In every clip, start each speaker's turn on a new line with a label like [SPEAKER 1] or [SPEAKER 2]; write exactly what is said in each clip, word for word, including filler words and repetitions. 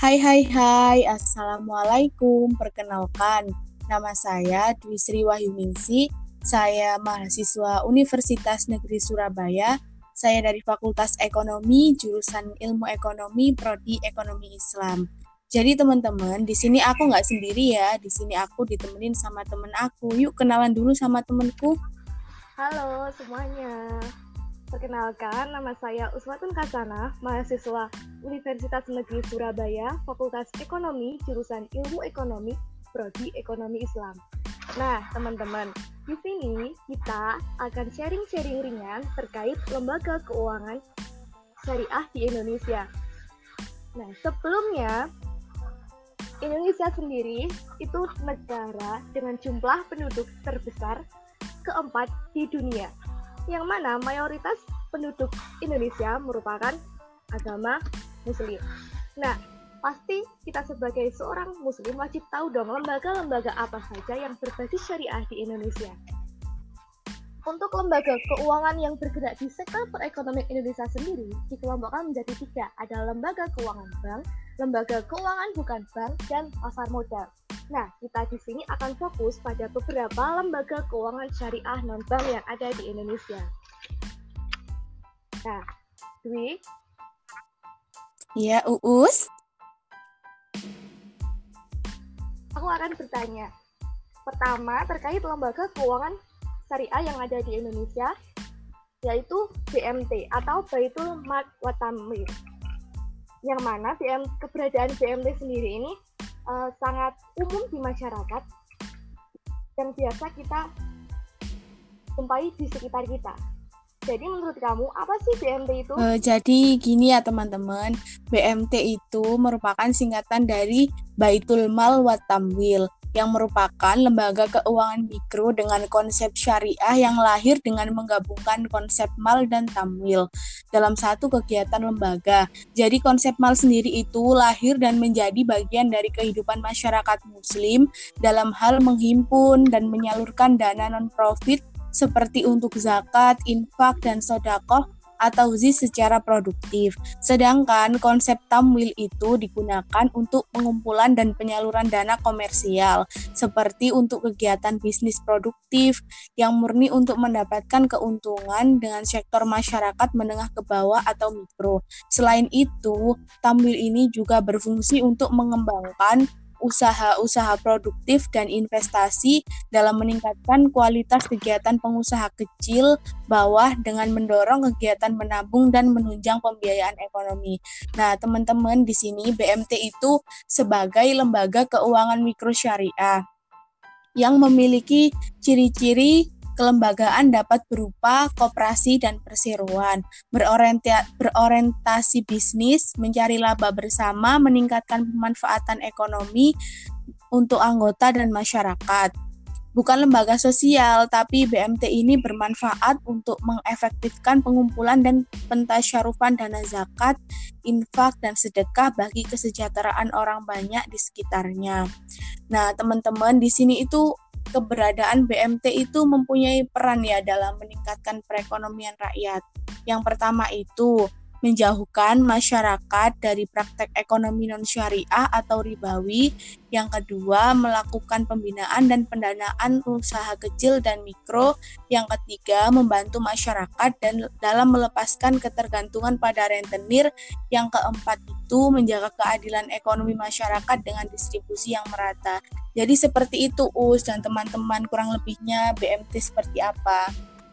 [SPEAKER 1] Hai hai hai, Assalamualaikum. Perkenalkan, nama saya Dwi Sri Wahyuningsi. Saya mahasiswa Universitas Negeri Surabaya. Saya dari Fakultas Ekonomi, jurusan Ilmu Ekonomi, Prodi Ekonomi Islam. Jadi teman-teman, di sini aku nggak sendiri ya. Di sini aku ditemenin sama temen aku. Yuk kenalan dulu sama temenku.
[SPEAKER 2] Halo semuanya, perkenalkan nama saya Uswatun Kasana, mahasiswa Universitas Negeri Surabaya, Fakultas Ekonomi, jurusan Ilmu Ekonomi, Prodi Ekonomi Islam. Nah teman-teman, di sini kita akan sharing-sharing ringan terkait lembaga keuangan syariah di Indonesia. Nah sebelumnya, Indonesia sendiri itu negara dengan jumlah penduduk terbesar keempat di dunia, yang mana mayoritas penduduk Indonesia merupakan agama Muslim. Nah, pasti kita sebagai seorang Muslim wajib tahu dong lembaga-lembaga apa saja yang berbasis syariah di Indonesia. Untuk lembaga keuangan yang bergerak di sektor perekonomian Indonesia sendiri dikelompokkan menjadi tiga, ada lembaga keuangan bank, lembaga keuangan bukan bank, dan pasar modal. Nah, kita di sini akan fokus pada beberapa lembaga keuangan syariah non-bank yang ada di Indonesia. Nah, Dwi.
[SPEAKER 1] Ya, Uus.
[SPEAKER 2] Aku akan bertanya. Pertama, terkait lembaga keuangan syariah yang ada di Indonesia, yaitu B M T atau Baitul Mal wa Tamwil. Yang mana B M, keberadaan B M T sendiri ini Uh, sangat umum di masyarakat yang biasa kita jumpai di sekitar kita. Jadi menurut kamu apa sih B M T itu?
[SPEAKER 1] Uh, jadi gini ya teman-teman, B M T itu merupakan singkatan dari Baitul Mal wa Tamwil, yang merupakan lembaga keuangan mikro dengan konsep syariah yang lahir dengan menggabungkan konsep mal dan tamwil dalam satu kegiatan lembaga. Jadi konsep mal sendiri itu lahir dan menjadi bagian dari kehidupan masyarakat muslim dalam hal menghimpun dan menyalurkan dana non-profit seperti untuk zakat, infak, dan sedekah atau zis secara produktif. Sedangkan konsep tamwil itu digunakan untuk pengumpulan dan penyaluran dana komersial, seperti untuk kegiatan bisnis produktif yang murni untuk mendapatkan keuntungan dengan sektor masyarakat menengah ke bawah atau mikro. Selain itu, tamwil ini juga berfungsi untuk mengembangkan usaha-usaha produktif dan investasi dalam meningkatkan kualitas kegiatan pengusaha kecil bawah dengan mendorong kegiatan menabung dan menunjang pembiayaan ekonomi. Nah, teman-teman, di sini B M T itu sebagai lembaga keuangan mikro syariah yang memiliki ciri-ciri kelembagaan dapat berupa koperasi dan perseroan, berorienta- berorientasi bisnis, mencari laba bersama, meningkatkan pemanfaatan ekonomi untuk anggota dan masyarakat. Bukan lembaga sosial, tapi B M T ini bermanfaat untuk mengefektifkan pengumpulan dan pentasyarufan dana zakat, infak, dan sedekah bagi kesejahteraan orang banyak di sekitarnya. Nah, teman-teman, di sini itu keberadaan B M T itu mempunyai peran ya dalam meningkatkan perekonomian rakyat. Yang pertama itu menjauhkan masyarakat dari praktek ekonomi non-syariah atau ribawi. Yang kedua, melakukan pembinaan dan pendanaan usaha kecil dan mikro. Yang ketiga, membantu masyarakat dan dalam melepaskan ketergantungan pada rentenir. Yang keempat itu menjaga keadilan ekonomi masyarakat dengan distribusi yang merata. Jadi seperti itu U S dan teman-teman, kurang lebihnya B M T seperti apa?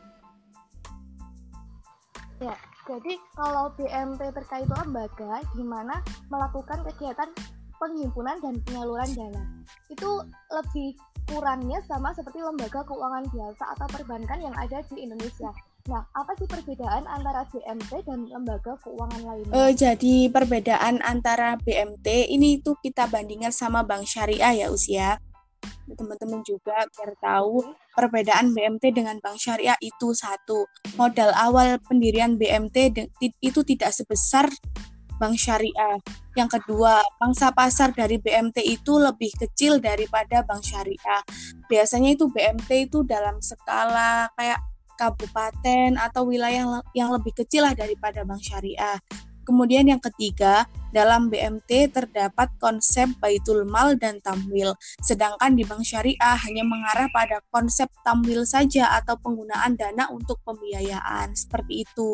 [SPEAKER 2] Ya. Jadi kalau B M T terkait lembaga gimana melakukan kegiatan penghimpunan dan penyaluran dana, itu lebih kurangnya sama seperti lembaga keuangan biasa atau perbankan yang ada di Indonesia. Nah, apa sih perbedaan antara B M T dan lembaga keuangan lainnya?
[SPEAKER 1] Uh, jadi perbedaan antara B M T ini tuh kita bandingkan sama bank syariah ya usia. Teman-teman juga biar tahu perbedaan B M T dengan bank syariah itu satu, modal awal pendirian B M T de- itu tidak sebesar bank syariah. Yang kedua, pangsa pasar dari B M T itu lebih kecil daripada bank syariah. Biasanya itu B M T itu dalam skala kayak kabupaten atau wilayah yang lebih kecil lah daripada bank syariah. Kemudian yang ketiga, dalam B M T terdapat konsep baitul mal dan tamwil, sedangkan di bank syariah hanya mengarah pada konsep tamwil saja atau penggunaan dana untuk pembiayaan. Seperti itu.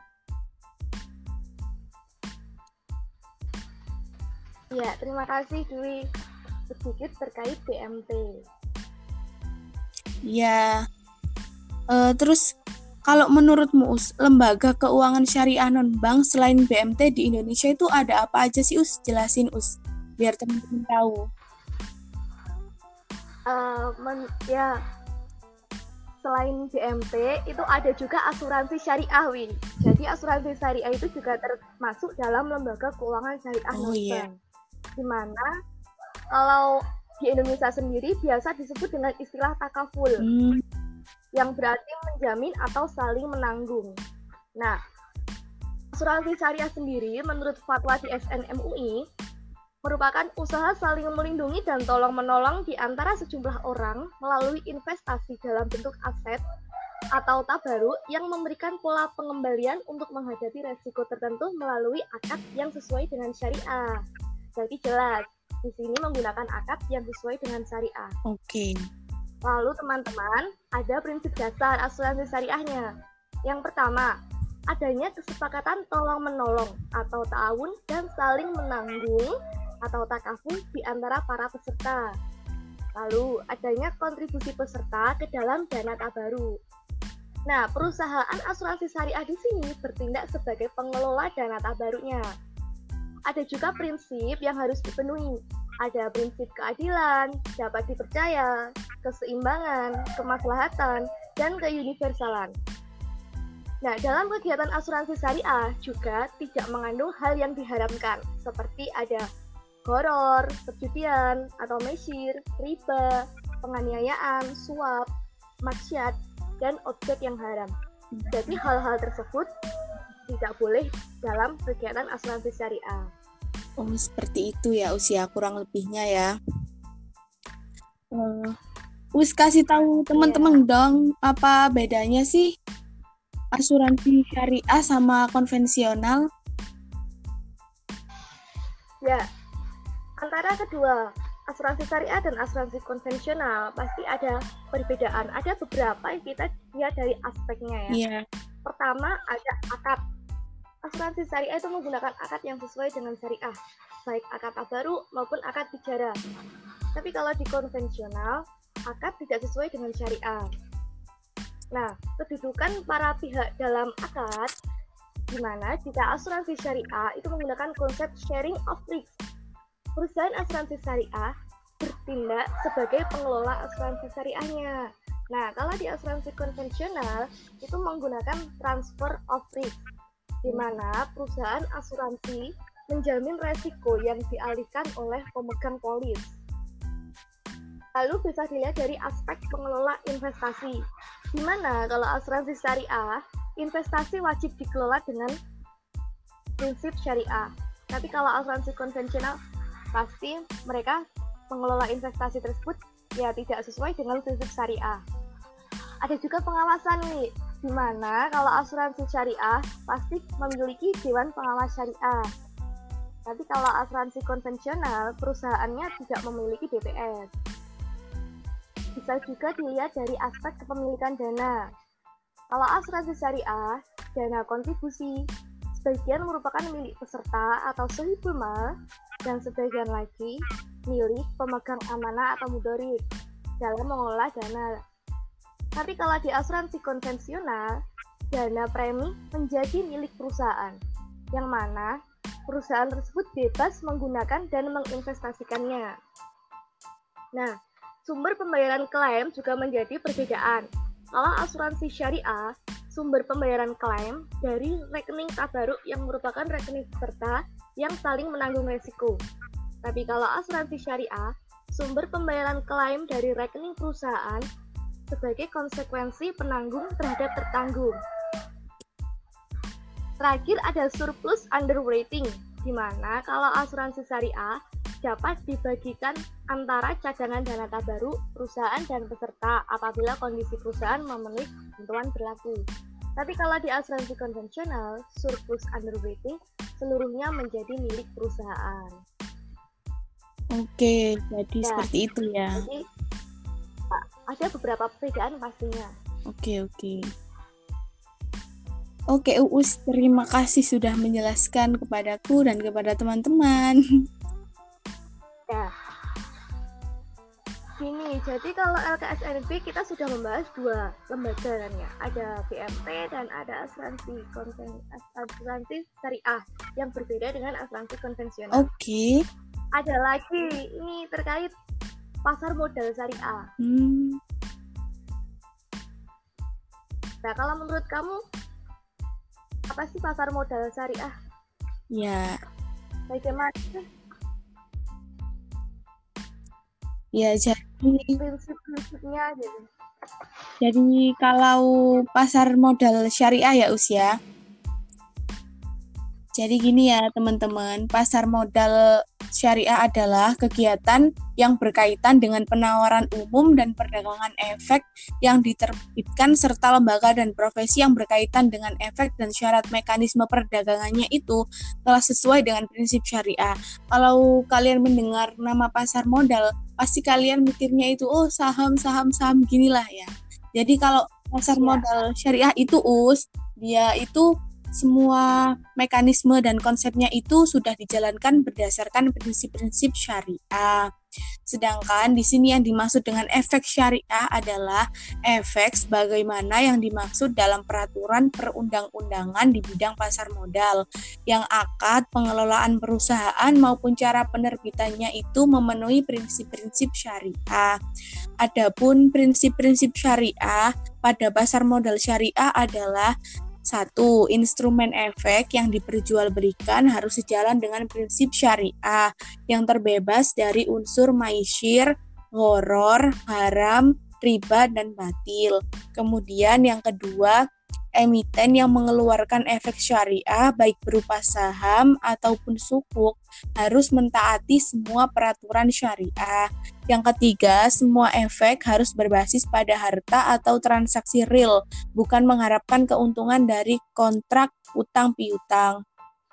[SPEAKER 2] Ya, terima kasih Dwi. Sedikit terkait B M T.
[SPEAKER 1] Ya, e, terus kalau menurutmu Us, lembaga keuangan syariah non-bank selain B M T di Indonesia itu ada apa aja sih Us? Jelasin Us, biar teman-teman tahu.
[SPEAKER 2] Uh, men- ya, selain B M T itu ada juga asuransi syariah, Win. Jadi asuransi syariah itu juga termasuk dalam lembaga keuangan syariah
[SPEAKER 1] Oh,
[SPEAKER 2] non-bank.
[SPEAKER 1] iya.
[SPEAKER 2] Di mana kalau di Indonesia sendiri biasa disebut dengan istilah takaful,
[SPEAKER 1] Hmm.
[SPEAKER 2] yang berarti menjamin atau saling menanggung. Nah, asuransi syariah sendiri menurut fatwa di S N M U I merupakan usaha saling melindungi dan tolong-menolong di antara sejumlah orang melalui investasi dalam bentuk aset atau tabaruk yang memberikan pola pengembalian untuk menghadapi resiko tertentu melalui akad yang sesuai dengan syariah. Jadi jelas, di sini menggunakan akad yang sesuai dengan syariah.
[SPEAKER 1] Oke.
[SPEAKER 2] Lalu teman-teman, ada prinsip dasar asuransi syariahnya. Yang pertama, adanya kesepakatan tolong-menolong atau ta'awun dan saling menanggung atau takaful di antara para peserta. Lalu, adanya kontribusi peserta ke dalam dana tabaruk. Nah, perusahaan asuransi syariah di sini bertindak sebagai pengelola dana tabaruknya. Ada juga prinsip yang harus dipenuhi. Ada prinsip keadilan, dapat dipercaya, keseimbangan, kemaslahatan, dan keuniversalan. Nah, dalam kegiatan asuransi syariah juga tidak mengandung hal yang diharamkan, seperti ada horor, perjudian, atau mesir, riba, penganiayaan, suap, maksiat, dan objek yang haram. Jadi hal-hal tersebut tidak boleh dalam kegiatan asuransi syariah.
[SPEAKER 1] Oh, seperti itu ya usia kurang lebihnya ya. Uh, Us kasih tahu teman-teman yeah. dong apa bedanya sih asuransi syariah sama konvensional?
[SPEAKER 2] Ya, antara kedua asuransi syariah dan asuransi konvensional pasti ada perbedaan. Ada beberapa yang kita lihat dari aspeknya ya.
[SPEAKER 1] Yeah.
[SPEAKER 2] Pertama ada akad. Asuransi syariah itu menggunakan akad yang sesuai dengan syariah, baik akad tabaruk maupun akad tijarah. Tapi kalau di konvensional, akad tidak sesuai dengan syariah. Nah, kedudukan para pihak dalam akad, di mana jika asuransi syariah itu menggunakan konsep sharing of risk. Perusahaan asuransi syariah bertindak sebagai pengelola asuransi syariahnya. Nah, kalau di asuransi konvensional, itu menggunakan transfer of risk, di mana perusahaan asuransi menjamin resiko yang dialihkan oleh pemegang polis. Lalu bisa dilihat dari aspek pengelola investasi, di mana kalau asuransi syariah, investasi wajib dikelola dengan prinsip syariah. Tapi kalau asuransi konvensional, pasti mereka mengelola investasi tersebut ya tidak sesuai dengan prinsip syariah. Ada juga pengawasan nih, di mana kalau asuransi syariah pasti memiliki dewan pengawas syariah. Tapi kalau asuransi konvensional, perusahaannya tidak memiliki D P S. Bisa juga dilihat dari aspek kepemilikan dana. Kalau asuransi syariah, dana kontribusi sebagian merupakan milik peserta atau sohibul mal, dan sebagian lagi milik pemegang amanah atau mudorib dalam mengelola dana. Tapi kalau di asuransi konvensional, dana premi menjadi milik perusahaan, yang mana perusahaan tersebut bebas menggunakan dan menginvestasikannya. Nah, sumber pembayaran klaim juga menjadi perbedaan. Kalau asuransi syariah, sumber pembayaran klaim dari rekening tabaruk yang merupakan rekening peserta yang saling menanggung risiko. Tapi kalau asuransi syariah, sumber pembayaran klaim dari rekening perusahaan sebagai konsekuensi penanggung terhadap tertanggung. Terakhir ada surplus underwriting, di mana kalau asuransi syariah dapat dibagikan antara cadangan dana tabaruk, perusahaan dan peserta apabila kondisi perusahaan memenuhi ketentuan berlaku. Tapi kalau di asuransi konvensional, surplus underwriting seluruhnya menjadi milik perusahaan.
[SPEAKER 1] Oke, jadi
[SPEAKER 2] Ya,
[SPEAKER 1] seperti itu ya.
[SPEAKER 2] Jadi ada beberapa perbedaan pastinya.
[SPEAKER 1] Oke, oke. Oke, Uus, terima kasih sudah menjelaskan kepadaku dan kepada teman-teman.
[SPEAKER 2] Ya. Gini, jadi kalau L K S N B kita sudah membahas dua lembaga kan ya. Ada B M T dan ada asuransi konven asuransi syariah yang berbeda dengan asuransi konvensional.
[SPEAKER 1] Oke.
[SPEAKER 2] Ada lagi ini terkait pasar modal syariah.
[SPEAKER 1] Hmm.
[SPEAKER 2] Nah, kalau menurut kamu apa sih pasar modal syariah?
[SPEAKER 1] Ya.
[SPEAKER 2] Bagaimana?
[SPEAKER 1] Ya, jadi
[SPEAKER 2] prinsip-prinsipnya gitu.
[SPEAKER 1] Jadi kalau pasar modal syariah ya Us ya. Jadi gini ya teman-teman, pasar modal syariah adalah kegiatan yang berkaitan dengan penawaran umum dan perdagangan efek yang diterbitkan serta lembaga dan profesi yang berkaitan dengan efek dan syarat mekanisme perdagangannya itu telah sesuai dengan prinsip syariah. Kalau kalian mendengar nama pasar modal, pasti kalian mikirnya itu oh saham, saham, saham ginilah ya. Jadi kalau pasar ya. modal syariah itu Us, dia itu semua mekanisme dan konsepnya itu sudah dijalankan berdasarkan prinsip-prinsip syariah. Sedangkan di sini yang dimaksud dengan efek syariah adalah efek sebagaimana yang dimaksud dalam peraturan perundang-undangan di bidang pasar modal, yang akad pengelolaan perusahaan maupun cara penerbitannya itu memenuhi prinsip-prinsip syariah. Adapun prinsip-prinsip syariah pada pasar modal syariah adalah satu, instrumen efek yang diperjualbelikan harus sejalan dengan prinsip syariah yang terbebas dari unsur maisyir, gharar, haram, riba, dan batil. Kemudian yang kedua, emiten yang mengeluarkan efek syariah baik berupa saham ataupun sukuk harus mentaati semua peraturan syariah. Yang ketiga, semua efek harus berbasis pada harta atau transaksi real, bukan mengharapkan keuntungan dari kontrak utang piutang.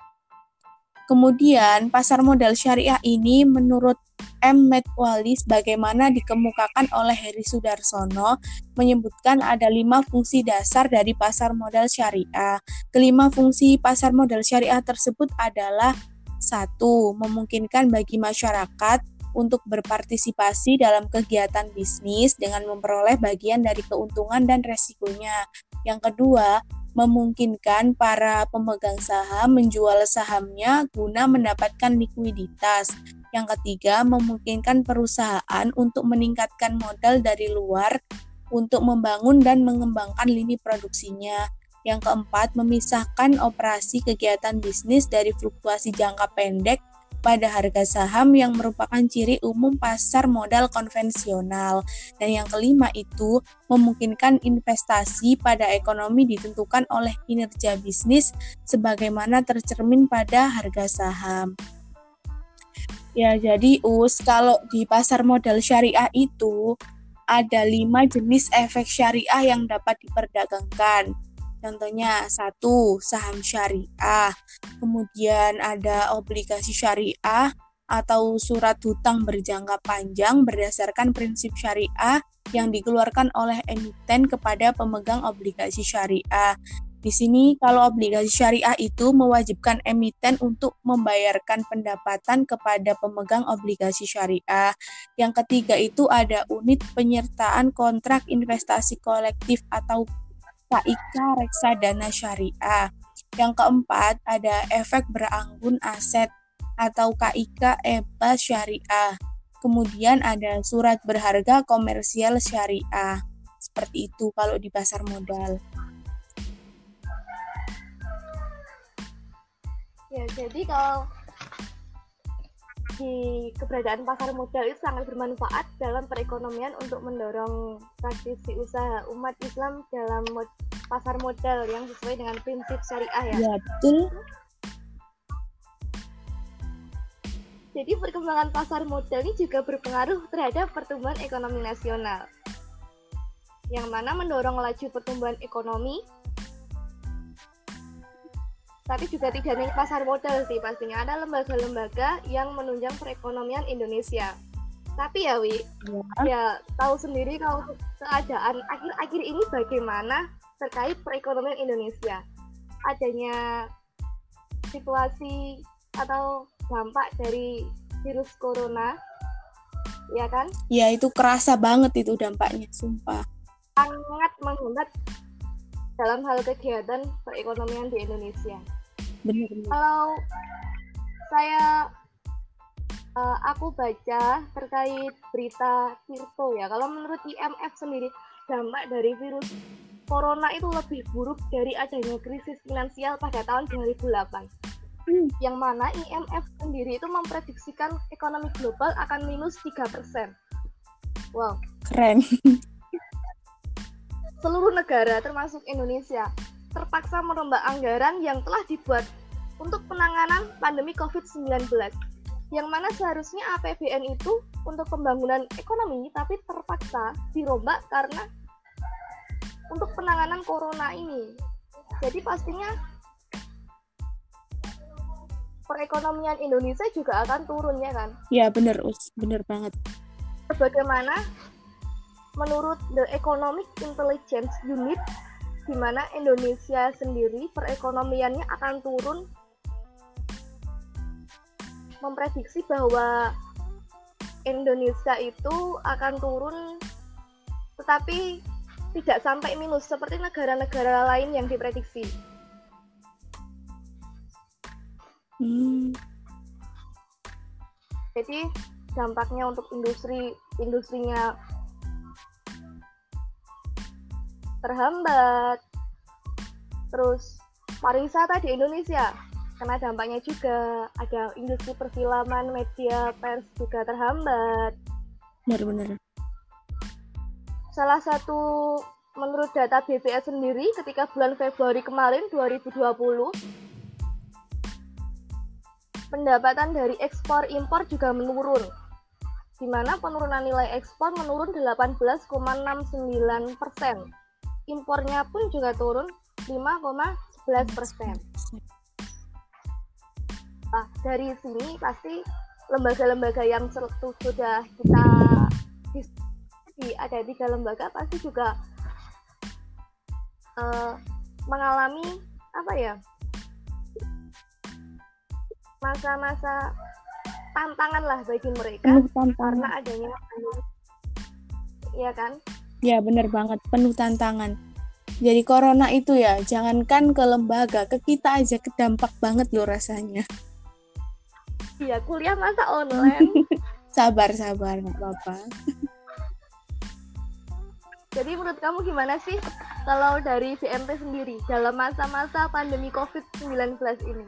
[SPEAKER 1] Kemudian, pasar modal syariah ini menurut M. Metwali sebagaimana dikemukakan oleh Heri Sudarsono menyebutkan ada lima fungsi dasar dari pasar modal syariah. Kelima fungsi pasar modal syariah tersebut adalah satu, memungkinkan bagi masyarakat untuk berpartisipasi dalam kegiatan bisnis dengan memperoleh bagian dari keuntungan dan resikonya. Yang kedua, memungkinkan para pemegang saham menjual sahamnya guna mendapatkan likuiditas. Yang ketiga, memungkinkan perusahaan untuk meningkatkan modal dari luar untuk membangun dan mengembangkan lini produksinya. Yang keempat, memisahkan operasi kegiatan bisnis dari fluktuasi jangka pendek pada harga saham yang merupakan ciri umum pasar modal konvensional. Dan yang kelima itu memungkinkan investasi pada ekonomi ditentukan oleh kinerja bisnis sebagaimana tercermin pada harga saham. Ya, jadi Us, kalau di pasar modal syariah itu ada lima jenis efek syariah yang dapat diperdagangkan. Contohnya, satu, saham syariah, kemudian ada obligasi syariah atau surat hutang berjangka panjang berdasarkan prinsip syariah yang dikeluarkan oleh emiten kepada pemegang obligasi syariah. Di sini, kalau obligasi syariah itu mewajibkan emiten untuk membayarkan pendapatan kepada pemegang obligasi syariah. Yang ketiga itu ada unit penyertaan kontrak investasi kolektif atau K I K reksadana syariah. Yang keempat ada efek beranggun aset atau K I K E B A syariah. Kemudian ada surat berharga komersial syariah. Seperti itu kalau di pasar modal.
[SPEAKER 2] Ya, jadi kalau di keberadaan pasar modal itu sangat bermanfaat dalam perekonomian untuk mendorong praktisi usaha umat Islam dalam mod- pasar modal yang sesuai dengan prinsip syariah ya.
[SPEAKER 1] Ya, betul.
[SPEAKER 2] Jadi perkembangan pasar modal ini juga berpengaruh terhadap pertumbuhan ekonomi nasional, yang mana mendorong laju pertumbuhan ekonomi Tapi juga tidak hanya pasar modal sih pastinya. Ada lembaga-lembaga yang menunjang perekonomian Indonesia. Tapi ya Wi, ya, ya tahu sendiri kalau keadaan akhir-akhir ini bagaimana terkait perekonomian Indonesia. Adanya situasi atau dampak dari virus corona, ya kan?
[SPEAKER 1] Ya itu kerasa banget itu dampaknya, sumpah.
[SPEAKER 2] Sangat menghambat dalam hal kegiatan perekonomian di Indonesia.
[SPEAKER 1] Benar-benar.
[SPEAKER 2] Kalau saya Uh, aku baca terkait berita Tirto ya, kalau menurut I M F sendiri dampak dari virus corona itu lebih buruk dari adanya krisis finansial pada tahun dua ribu delapan. Hmm. Yang mana I M F sendiri itu memprediksikan ekonomi global akan minus tiga persen. Wow.
[SPEAKER 1] Keren.
[SPEAKER 2] Seluruh negara termasuk Indonesia terpaksa merombak anggaran yang telah dibuat untuk penanganan pandemi covid sembilan belas. Yang mana seharusnya A P B N itu untuk pembangunan ekonomi, tapi terpaksa dirombak karena untuk penanganan corona ini. Jadi pastinya perekonomian Indonesia juga akan turun, ya kan?
[SPEAKER 1] Ya benar, Us, benar banget.
[SPEAKER 2] Bagaimana menurut The Economic Intelligence Unit, di mana Indonesia sendiri perekonomiannya akan turun, memprediksi bahwa Indonesia itu akan turun tetapi tidak sampai minus seperti negara-negara lain yang diprediksi.
[SPEAKER 1] Hmm.
[SPEAKER 2] Jadi dampaknya untuk industri industrinya terhambat. Terus pariwisata di Indonesia karena dampaknya juga, ada industri perfilman, media, pers juga terhambat.
[SPEAKER 1] Benar-benar.
[SPEAKER 2] Salah satu menurut data B P S sendiri ketika bulan Februari kemarin dua ribu dua puluh, pendapatan dari ekspor impor juga menurun, di mana penurunan nilai ekspor menurun delapan belas koma enam sembilan persen. Impornya pun juga turun lima koma sebelas persen. Nah, dari sini pasti lembaga-lembaga yang sudah kita diskusi, ada tiga lembaga pasti juga uh, mengalami apa ya masa-masa tantangan lah bagi mereka karena adanya, ya kan?
[SPEAKER 1] Ya benar banget, penuh tantangan. Jadi corona itu ya, jangankan ke lembaga, ke kita aja kedampak banget loh rasanya.
[SPEAKER 2] Iya, kuliah masa online.
[SPEAKER 1] sabar, sabar, nggak apa-apa.
[SPEAKER 2] Jadi menurut kamu gimana sih kalau dari B M T sendiri dalam masa-masa pandemi covid sembilan belas ini?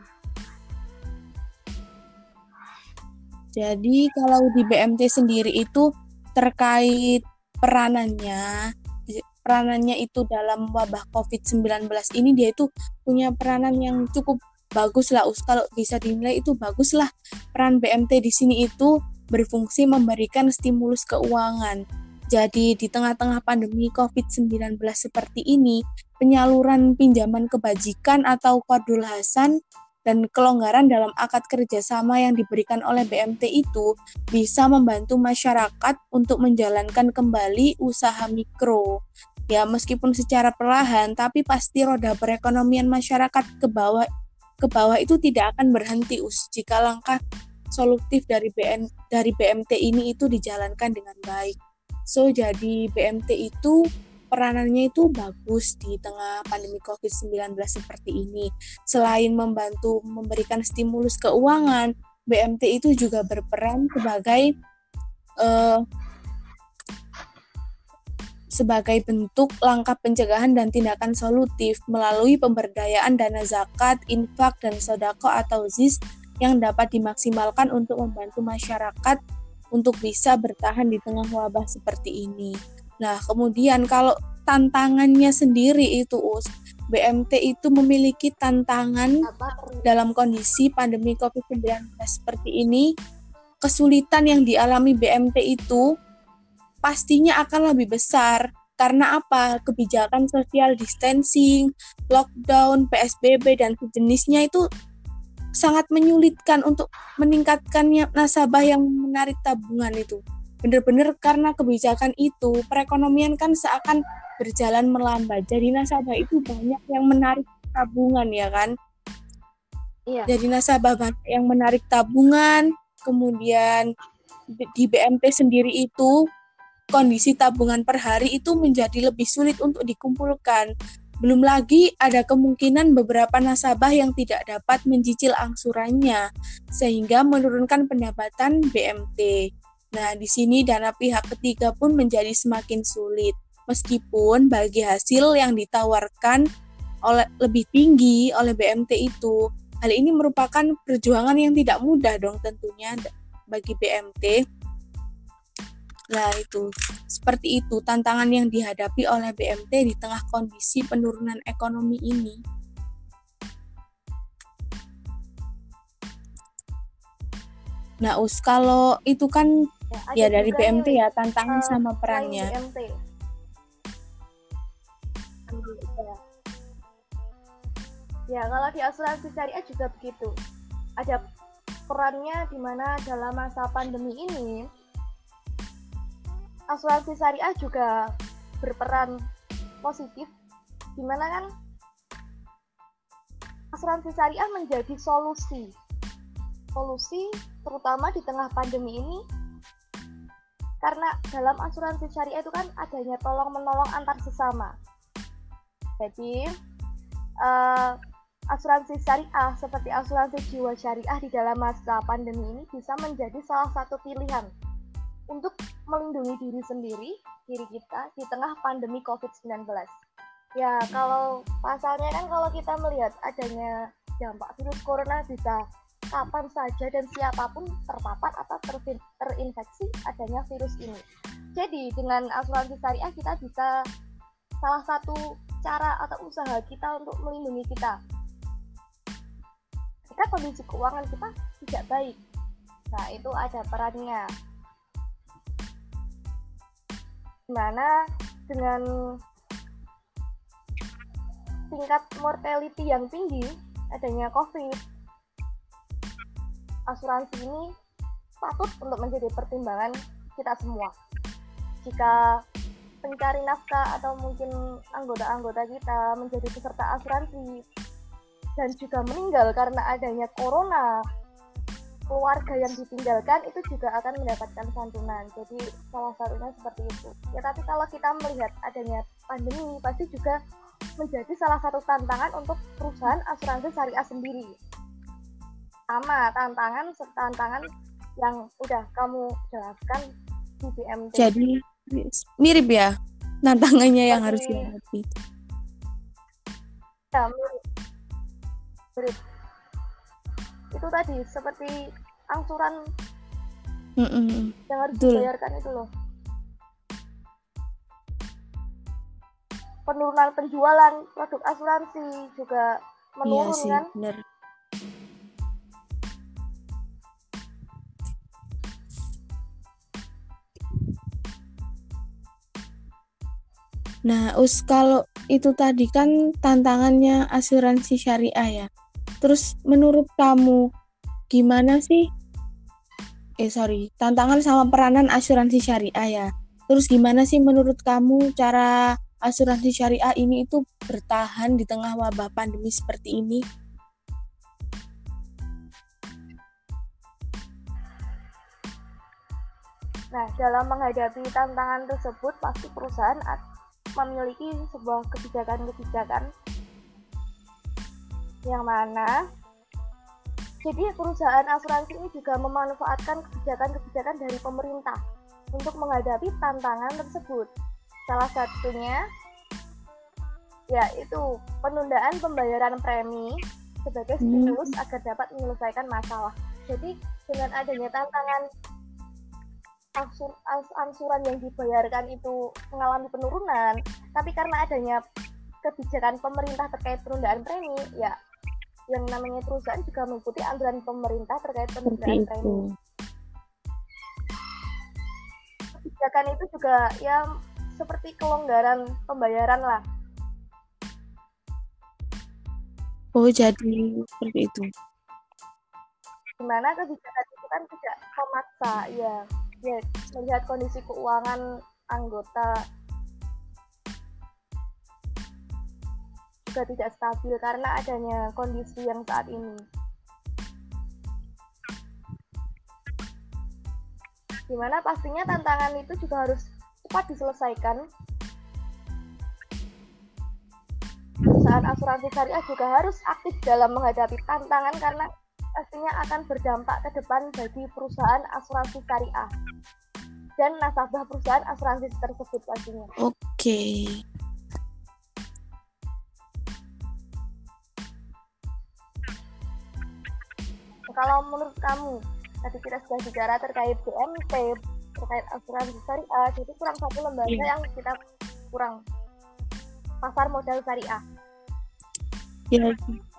[SPEAKER 1] Jadi kalau di B M T sendiri itu terkait peranannya, peranannya itu dalam wabah covid sembilan belas ini, dia itu punya peranan yang cukup bagus lah, Us. Kalau bisa dinilai itu bagus lah. Peran B M T di sini itu berfungsi memberikan stimulus keuangan. Jadi di tengah-tengah pandemi covid sembilan belas seperti ini, penyaluran pinjaman kebajikan atau qardul hasan dan kelonggaran dalam akad kerjasama yang diberikan oleh B M T itu bisa membantu masyarakat untuk menjalankan kembali usaha mikro. Ya meskipun secara perlahan, tapi pasti roda perekonomian masyarakat ke bawah ke bawah itu tidak akan berhenti, Us, jika langkah solutif dari B M, dari B M T ini itu dijalankan dengan baik. So jadi B M T itu peranannya itu bagus di tengah pandemi covid sembilan belas seperti ini. Selain membantu memberikan stimulus keuangan, B M T itu juga berperan sebagai uh, sebagai bentuk langkah pencegahan dan tindakan solutif melalui pemberdayaan dana zakat, infak, dan sodako atau zis yang dapat dimaksimalkan untuk membantu masyarakat untuk bisa bertahan di tengah wabah seperti ini. Nah, kemudian kalau tantangannya sendiri itu, Us, B M T itu memiliki tantangan dalam kondisi pandemi covid sembilan belas seperti ini. Kesulitan yang dialami B M T itu pastinya akan lebih besar Karena apa? Kebijakan social distancing, lockdown, P S B B, dan sejenisnya itu sangat menyulitkan untuk meningkatkannya nasabah yang menarik tabungan itu. Benar-benar karena kebijakan itu, perekonomian kan seakan berjalan melambat. Jadi nasabah itu banyak yang menarik tabungan, ya kan?
[SPEAKER 2] Iya.
[SPEAKER 1] Jadi nasabah banyak yang menarik tabungan, kemudian di B M T sendiri itu kondisi tabungan per hari itu menjadi lebih sulit untuk dikumpulkan. Belum lagi ada kemungkinan beberapa nasabah yang tidak dapat mencicil angsurannya, sehingga menurunkan pendapatan B M T. Nah, di sini dana pihak ketiga pun menjadi semakin sulit, meskipun bagi hasil yang ditawarkan oleh lebih tinggi oleh B M T itu. Hal ini merupakan perjuangan yang tidak mudah dong tentunya bagi B M T. Nah itu, seperti itu tantangan yang dihadapi oleh B M T di tengah kondisi penurunan ekonomi ini. Nah Us, kalau itu kan ya, ya dari B M T nih, ya tantangan uh, sama perannya.
[SPEAKER 2] B M T. Ya, kalau di asuransi syariah juga begitu. Ada perannya di mana dalam masa pandemi ini, asuransi syariah juga berperan positif, di mana kan asuransi syariah menjadi solusi. Solusi terutama di tengah pandemi ini, karena dalam asuransi syariah itu kan adanya tolong-menolong antar sesama. Jadi, uh, asuransi syariah seperti asuransi jiwa syariah di dalam masa pandemi ini bisa menjadi salah satu pilihan untuk melindungi diri sendiri, diri kita di tengah pandemi covid sembilan belas. Ya, kalau pasalnya kan kalau kita melihat adanya dampak virus corona bisa kapan saja dan siapapun terpapar atau ter- terinfeksi adanya virus ini. Jadi, dengan asuransi syariah kita bisa salah satu cara atau usaha kita untuk melindungi kita jika kondisi keuangan kita tidak baik. Nah, itu ada perannya. Dimana dengan tingkat mortality yang tinggi adanya COVID, asuransi ini patut untuk menjadi pertimbangan kita semua. Jika pencari nafkah atau mungkin anggota-anggota kita menjadi peserta asuransi dan juga meninggal karena adanya corona, keluarga yang ditinggalkan itu juga akan mendapatkan santunan. Jadi salah satunya seperti itu. Ya, tapi kalau kita melihat adanya pandemi, pasti juga menjadi salah satu tantangan untuk perusahaan asuransi syariah sendiri. Sama tantangan tantangan yang udah kamu jelaskan di B M T.
[SPEAKER 1] Jadi mirip ya tantangannya yang harus dihadapi.
[SPEAKER 2] Ya, mirip. mirip. Itu tadi seperti angsuran
[SPEAKER 1] Mm-mm.
[SPEAKER 2] yang harus
[SPEAKER 1] Betul.
[SPEAKER 2] dibayarkan itu loh. Penurunan penjualan produk asuransi juga menurun.
[SPEAKER 1] Iya sih,
[SPEAKER 2] kan?
[SPEAKER 1] Bener. Nah, Us, kalau itu tadi kan tantangannya asuransi syariah ya. Terus menurut kamu gimana sih? Eh sorry, tantangan sama peranan asuransi syariah ya. Terus gimana sih menurut kamu cara asuransi syariah ini itu bertahan di tengah wabah pandemi seperti ini?
[SPEAKER 2] Nah, dalam menghadapi tantangan tersebut, pasti perusahaan memiliki sebuah kebijakan-kebijakan yang mana jadi perusahaan asuransi ini juga memanfaatkan kebijakan-kebijakan dari pemerintah untuk menghadapi tantangan tersebut. Salah satunya yaitu penundaan pembayaran premi sebagai stimulus hmm. agar dapat menyelesaikan masalah. Jadi dengan adanya tantangan Ansur, angsuran yang dibayarkan itu mengalami penurunan, tapi karena adanya kebijakan pemerintah terkait penundaan premi, ya yang namanya perusahaan juga mengikuti anjuran pemerintah terkait penundaan premi. Kebijakan itu juga ya seperti kelonggaran pembayaran lah.
[SPEAKER 1] Oh, jadi seperti itu.
[SPEAKER 2] Dimana kebijakan itu kan tidak memaksa, ya, ya melihat kondisi keuangan anggota juga tidak stabil karena adanya kondisi yang saat ini. Dimana pastinya tantangan itu juga harus cepat diselesaikan. Perusahaan asuransi syariah juga harus aktif dalam menghadapi tantangan karena pastinya akan berdampak ke depan bagi perusahaan asuransi syariah dan nasabah perusahaan asuransi tersebut pastinya.
[SPEAKER 1] Oke. Okay.
[SPEAKER 2] Kalau menurut kamu, tadi kita sudah bicara terkait B M T, terkait asuransi syariah, jadi kurang satu lembaga yeah. yang kita kurang, pasar modal syariah.
[SPEAKER 1] Ya.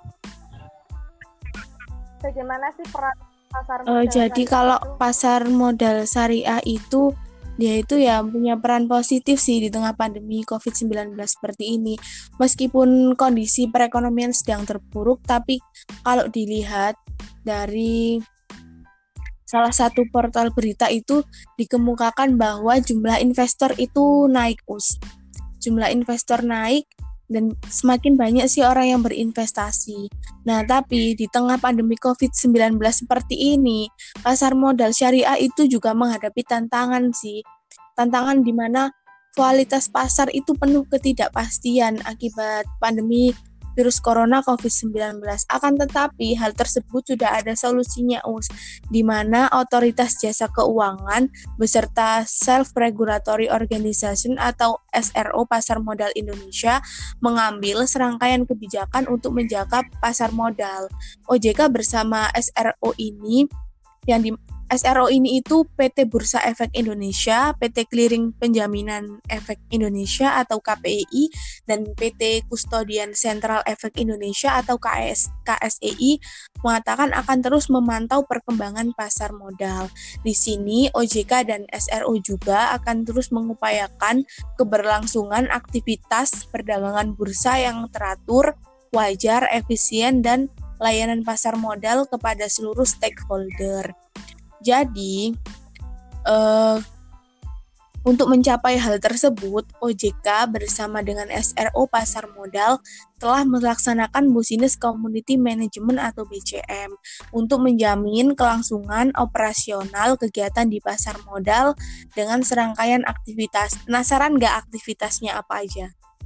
[SPEAKER 2] Bagaimana sih peran pasar
[SPEAKER 1] modal uh, jadi
[SPEAKER 2] syariah
[SPEAKER 1] kalau
[SPEAKER 2] itu?
[SPEAKER 1] Pasar modal syariah itu dia itu ya punya peran positif sih di tengah pandemi covid sembilan belas seperti ini. Meskipun kondisi perekonomian sedang terpuruk, tapi kalau dilihat dari salah satu portal berita itu dikemukakan bahwa jumlah investor itu naik, us. Jumlah investor naik dan semakin banyak sih orang yang berinvestasi. Nah, tapi di tengah pandemi covid sembilan belas seperti ini, pasar modal syariah itu juga menghadapi tantangan sih. Tantangan di mana kualitas pasar itu penuh ketidakpastian akibat pandemi virus corona covid sembilan belas. Akan tetapi hal tersebut sudah ada solusinya, us, di mana otoritas jasa keuangan beserta Self-Regulatory Organization atau S R O Pasar Modal Indonesia mengambil serangkaian kebijakan untuk menjaga pasar modal. O J K bersama S R O ini yang di S R O ini itu P T Bursa Efek Indonesia, P T Clearing Penjaminan Efek Indonesia atau K P E I, dan P T Kustodian Sentral Efek Indonesia atau K S E I mengatakan akan terus memantau perkembangan pasar modal. Di sini O J K dan S R O juga akan terus mengupayakan keberlangsungan aktivitas perdagangan bursa yang teratur, wajar, efisien, dan layanan pasar modal kepada seluruh stakeholder. Jadi, uh, untuk mencapai hal tersebut, O J K bersama dengan S R O Pasar Modal telah melaksanakan Business Community Management atau B C M untuk menjamin kelangsungan operasional kegiatan di pasar modal dengan serangkaian aktivitas. Penasaran nggak aktivitasnya apa aja?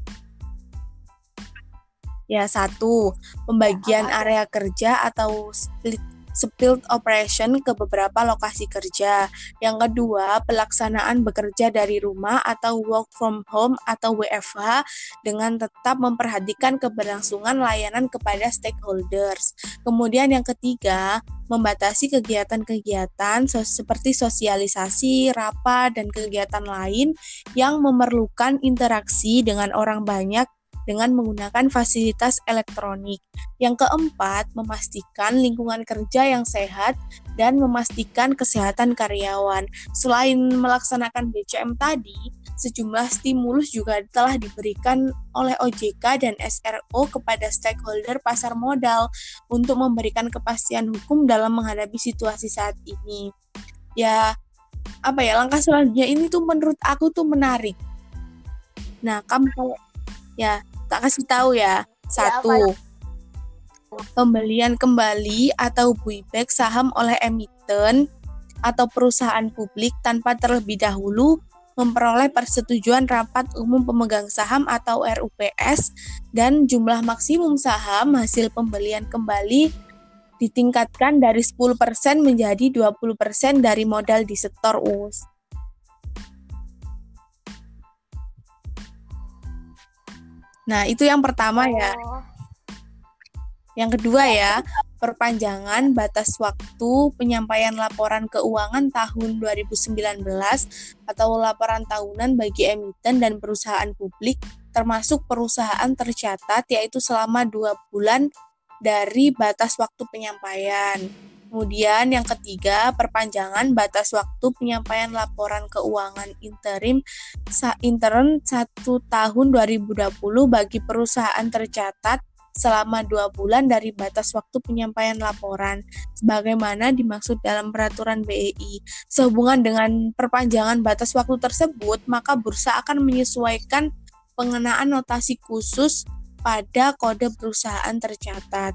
[SPEAKER 1] Ya, satu, pembagian area kerja atau split split operation ke beberapa lokasi kerja. Yang kedua, pelaksanaan bekerja dari rumah atau work from home atau W F H dengan tetap memperhatikan keberlangsungan layanan kepada stakeholders. Kemudian yang ketiga, membatasi kegiatan-kegiatan sos- seperti sosialisasi, rapat, dan kegiatan lain yang memerlukan interaksi dengan orang banyak dengan menggunakan fasilitas elektronik. Yang keempat, memastikan lingkungan kerja yang sehat dan memastikan kesehatan karyawan. Selain melaksanakan B C M tadi, sejumlah stimulus juga telah diberikan oleh O J K dan S R O kepada stakeholder pasar modal untuk memberikan kepastian hukum dalam menghadapi situasi saat ini. Ya, apa ya, langkah selanjutnya ini tuh menurut aku tuh menarik. Nah, kamu kalau ya tak kasih tahu ya. Satu, ya, pembelian kembali atau buyback saham oleh emiten atau perusahaan publik tanpa terlebih dahulu memperoleh persetujuan rapat umum pemegang saham atau R U P S, dan jumlah maksimum saham hasil pembelian kembali ditingkatkan dari sepuluh persen menjadi dua puluh persen dari modal disetor, us. Nah, itu yang pertama ya. Yang kedua ya, perpanjangan batas waktu penyampaian laporan keuangan tahun dua ribu sembilan belas atau laporan tahunan bagi emiten dan perusahaan publik termasuk perusahaan tercatat, yaitu selama dua bulan dari batas waktu penyampaian. Kemudian yang ketiga, perpanjangan batas waktu penyampaian laporan keuangan interim sa- intern satu tahun dua ribu dua puluh bagi perusahaan tercatat selama dua bulan dari batas waktu penyampaian laporan, sebagaimana dimaksud dalam peraturan B E I. Sehubungan dengan perpanjangan batas waktu tersebut, maka bursa akan menyesuaikan pengenaan notasi khusus pada kode perusahaan tercatat.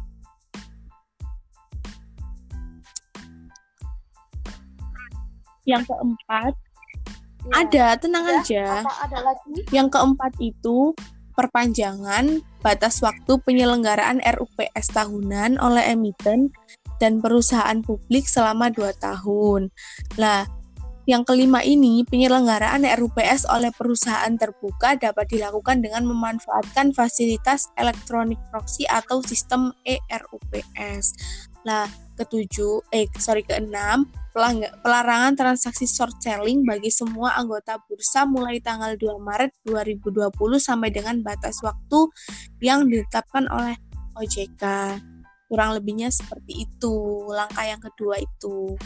[SPEAKER 1] Yang keempat,
[SPEAKER 2] Ya,
[SPEAKER 1] ada, tenang
[SPEAKER 2] udah,
[SPEAKER 1] aja.
[SPEAKER 2] apa ada lagi?
[SPEAKER 1] Yang keempat itu perpanjangan batas waktu penyelenggaraan R U P S tahunan oleh emiten dan perusahaan publik selama dua tahun. Nah, yang kelima ini, penyelenggaraan R U P S oleh perusahaan terbuka dapat dilakukan dengan memanfaatkan fasilitas elektronik proxy atau sistem E R U P S. Nah, ketujuh, eh sorry keenam, pelarangan transaksi short selling bagi semua anggota bursa mulai tanggal dua Maret dua ribu dua puluh sampai dengan batas waktu yang ditetapkan oleh O J K. Kurang lebihnya seperti itu, langkah yang kedua itu.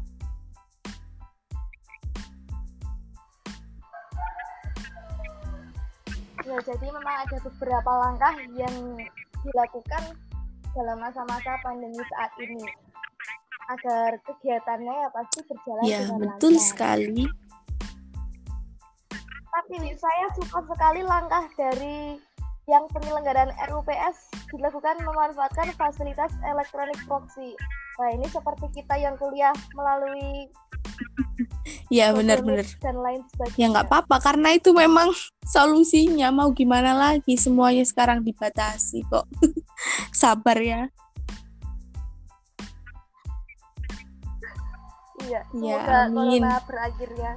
[SPEAKER 2] Ya, jadi memang ada beberapa langkah yang dilakukan dalam masa-masa pandemi saat ini agar kegiatannya ya pasti berjalan
[SPEAKER 1] Ya,
[SPEAKER 2] dengan
[SPEAKER 1] betul
[SPEAKER 2] lancar.
[SPEAKER 1] sekali.
[SPEAKER 2] Tapi saya suka sekali langkah dari yang penyelenggaraan R U P S dilakukan memanfaatkan fasilitas elektronik proxy. Nah, ini seperti kita yang kuliah melalui
[SPEAKER 1] Ya,
[SPEAKER 2] Google
[SPEAKER 1] benar-benar.
[SPEAKER 2] Meet dan lain sebagainya.
[SPEAKER 1] Ya nggak apa-apa, karena itu memang solusinya. Mau gimana lagi, semuanya sekarang dibatasi kok. Sabar ya.
[SPEAKER 2] Iya,
[SPEAKER 1] Ya,
[SPEAKER 2] semoga
[SPEAKER 1] amin.
[SPEAKER 2] corona berakhir ya.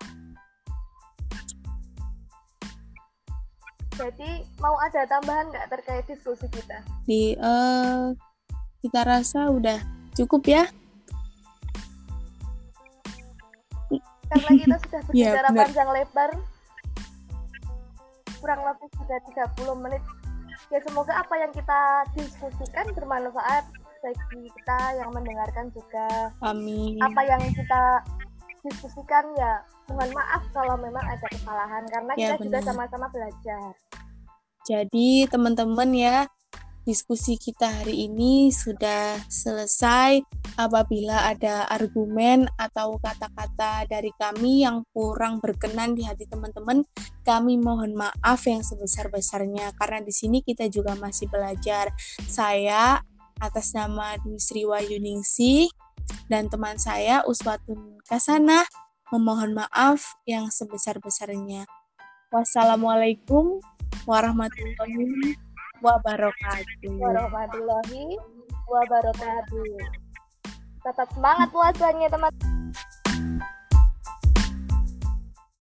[SPEAKER 2] Jadi mau ada tambahan nggak terkait diskusi kita?
[SPEAKER 1] Di uh, kita rasa udah cukup ya.
[SPEAKER 2] Karena kita sudah
[SPEAKER 1] Ya,
[SPEAKER 2] berbicara
[SPEAKER 1] benar.
[SPEAKER 2] panjang lebar, kurang lebih sudah tiga puluh menit. Ya, semoga apa yang kita diskusikan bermanfaat bagi kita yang mendengarkan juga.
[SPEAKER 1] Amin.
[SPEAKER 2] Apa yang kita diskusikan ya mohon maaf kalau memang ada kesalahan karena
[SPEAKER 1] Ya,
[SPEAKER 2] kita juga
[SPEAKER 1] benar.
[SPEAKER 2] sama-sama belajar.
[SPEAKER 1] Jadi teman-teman ya, diskusi kita hari ini sudah selesai. Apabila ada argumen atau kata-kata dari kami yang kurang berkenan di hati teman-teman, kami mohon maaf yang sebesar-besarnya karena di sini kita juga masih belajar. Saya atas nama Dwi Sriwayuningsih dan teman saya Uswatun Kasana memohon maaf yang sebesar-besarnya. Wassalamualaikum warahmatullahi wabarakatuh.
[SPEAKER 2] Warahmatullahi wabarakatuh. Tetap semangat puasanya teman-teman.